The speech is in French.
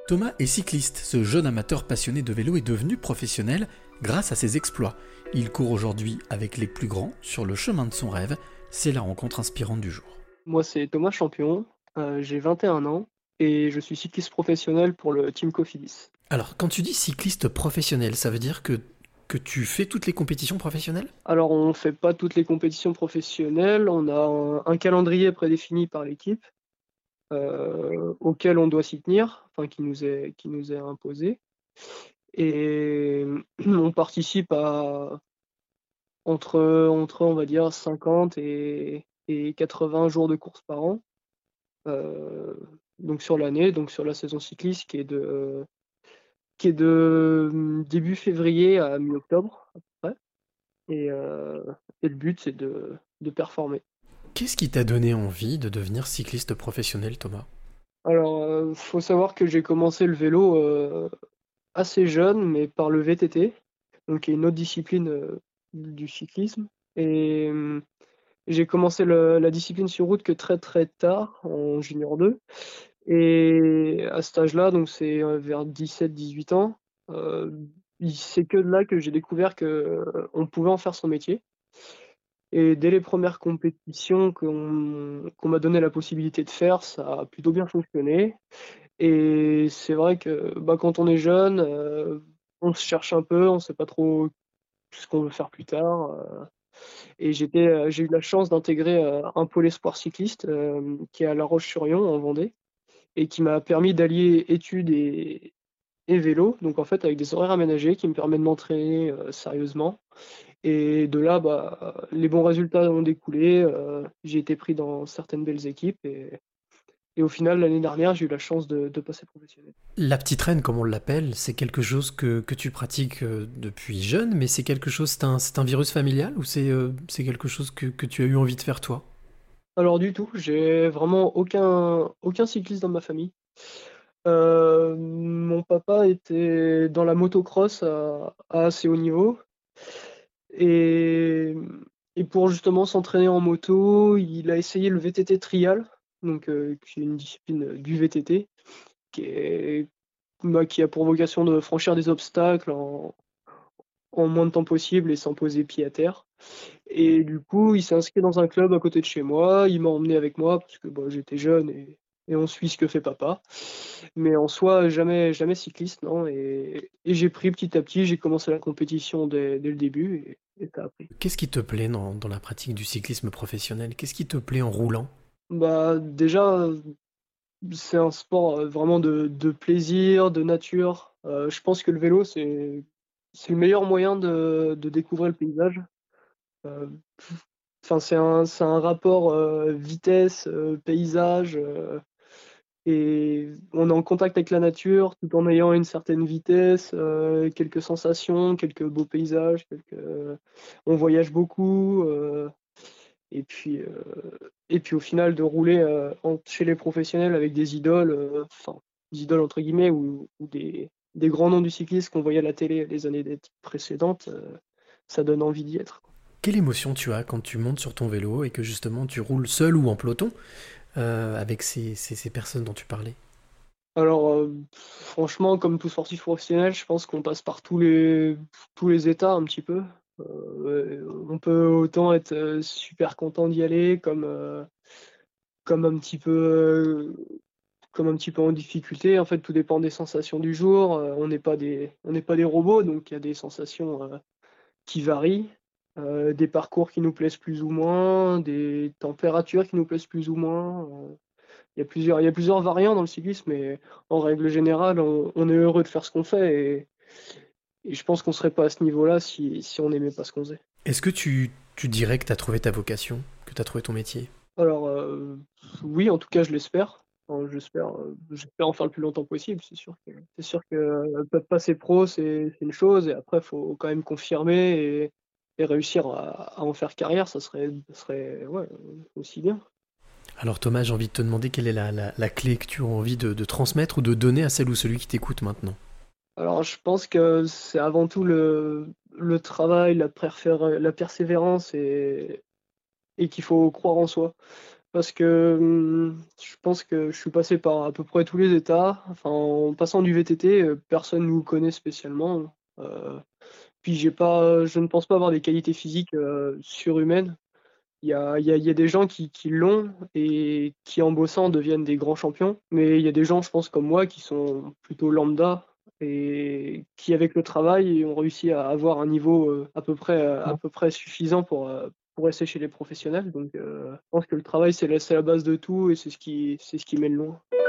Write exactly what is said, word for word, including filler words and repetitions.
Thomas est cycliste. Ce jeune amateur passionné de vélo est devenu professionnel grâce à ses exploits. Il court aujourd'hui avec les plus grands sur le chemin de son rêve. C'est la rencontre inspirante du jour. Moi, c'est Thomas Champion, euh, j'ai vingt et un ans et je suis cycliste professionnel pour le Team Cofidis. Alors, quand tu dis cycliste professionnel, ça veut dire que, que tu fais toutes les compétitions professionnelles? Alors, on ne fait pas toutes les compétitions professionnelles, on a un, un calendrier prédéfini par l'équipe euh, auquel on doit s'y tenir, enfin qui nous est, qui nous est imposé. Et on participe à entre, entre on va dire, cinquante et, et quatre-vingts jours de course par an. euh, donc sur l'année, donc sur la saison cycliste qui est de qui est de hum, début février à mi-octobre à peu près. Et, euh, et le but, c'est de, de performer. Qu'est-ce qui t'a donné envie de devenir cycliste professionnel, Thomas? Alors, euh, faut savoir que j'ai commencé le vélo euh, assez jeune, mais par le V T T, donc qui est une autre discipline euh, du cyclisme. Et hum, j'ai commencé le- la discipline sur route que très très tard, en junior deux. Et à cet âge-là, donc c'est euh, vers dix-sept dix-huit ans, euh, il- c'est que de là que j'ai découvert que euh, on pouvait en faire son métier. Et dès les premières compétitions qu'on qu'on m'a donné la possibilité de faire, ça a plutôt bien fonctionné. Et c'est vrai que bah, quand on est jeune, euh, on se cherche un peu, on sait pas trop ce qu'on veut faire plus tard. euh. Et j'étais, euh, j'ai eu la chance d'intégrer euh, un pôle espoir cycliste euh, qui est à La Roche-sur-Yon en Vendée et qui m'a permis d'allier études et, et vélo, donc en fait avec des horaires aménagés qui me permettent de m'entraîner euh, sérieusement. Et de là, bah, les bons résultats ont découlé. euh, j'ai été pris dans certaines belles équipes et, et au final, l'année dernière, j'ai eu la chance de, de passer professionnel. La petite reine, comme on l'appelle, c'est quelque chose que, que tu pratiques euh, depuis jeune, mais c'est quelque chose, c'est un, c'est un virus familial ou c'est euh, c'est quelque chose que, que tu as eu envie de faire toi? Alors du tout, j'ai vraiment aucun, aucun cycliste dans ma famille. Euh, mon papa était dans la motocross à, à assez haut niveau et, et pour justement s'entraîner en moto, il a essayé le V T T trial, donc euh, qui est une discipline du V T T, qui est bah, qui a pour vocation de franchir des obstacles en, en moins de temps possible et sans poser pied à terre. Et du coup, il s'est inscrit dans un club à côté de chez moi. Il m'a emmené avec moi parce que bah, j'étais jeune et, et on suit ce que fait papa. Mais en soi, jamais, jamais cycliste, non. Et, et j'ai pris petit à petit, j'ai commencé la compétition dès, dès le début et, et ça a pris. Qu'est-ce qui te plaît dans, dans la pratique du cyclisme professionnel? Qu'est-ce qui te plaît en roulant? Bah, déjà, c'est un sport euh, vraiment de, de plaisir, de nature. Euh, je pense que le vélo, c'est, c'est le meilleur moyen de, de découvrir le paysage. Euh, Enfin, c'est un, c'est un rapport euh, vitesse, euh, paysage, euh, et on est en contact avec la nature tout en ayant une certaine vitesse, euh, quelques sensations, quelques beaux paysages, quelques... on voyage beaucoup, euh, et puis, euh, et puis au final de rouler euh, en- chez les professionnels avec des idoles, euh, enfin des idoles entre guillemets, ou, ou des, des grands noms du cyclisme qu'on voyait à la télé les années précédentes, euh, ça donne envie d'y être. Quelle émotion tu as quand tu montes sur ton vélo et que justement tu roules seul ou en peloton euh, avec ces, ces, ces personnes dont tu parlais? Alors, euh, franchement, comme tout sportif professionnel, je pense qu'on passe par tous les, tous les états un petit peu. Euh, on peut autant être euh, super content d'y aller, comme, euh, comme un petit peu, euh, comme un petit peu en difficulté. En fait, tout dépend des sensations du jour. Euh, on n'est pas des, on n'est pas des robots, donc il y a des sensations euh, qui varient. Euh, des parcours qui nous plaisent plus ou moins, des températures qui nous plaisent plus ou moins. euh, il y a plusieurs, il y a plusieurs variants dans le cyclisme, mais en règle générale, on, on est heureux de faire ce qu'on fait et, et je pense qu'on serait pas à ce niveau-là si, si on n'aimait pas ce qu'on faisait. Est-ce que tu, tu dirais que tu as trouvé ta vocation, que tu as trouvé ton métier? Alors, euh, oui, en tout cas, je l'espère. Enfin, j'espère, euh, j'espère en faire le plus longtemps possible. C'est sûr que, c'est sûr que euh, passer pro, c'est c'est une chose, et après, il faut quand même confirmer et, et réussir à, à en faire carrière. Ça serait, ça serait ouais, aussi bien. Alors Thomas, j'ai envie de te demander quelle est la, la, la clé que tu as envie de, de transmettre ou de donner à celle ou celui qui t'écoute maintenant. Alors, je pense que c'est avant tout le, le travail, la, perfé- la persévérance et, et qu'il faut croire en soi. Parce que, mmh, je pense que je suis passé par à peu près tous les états. Enfin, en passant du V T T, heu, personne nous connaît spécialement, heu, puis j'ai pas je ne pense pas avoir des qualités physiques, heu, surhumaines. Il y a il y a il y a des gens qui qui l'ont et qui, en bossant, deviennent des grands champions. Mais il y a des gens, je pense, comme moi, qui sont plutôt lambda et qui, avec le travail, ont réussi à avoir un niveau, heu, à peu près, heu, à peu près suffisant pour, heu, pour rester chez les professionnels. Donc, heu, je pense que le travail, c'est la c'est la base de tout et c'est ce qui c'est ce qui mène loin.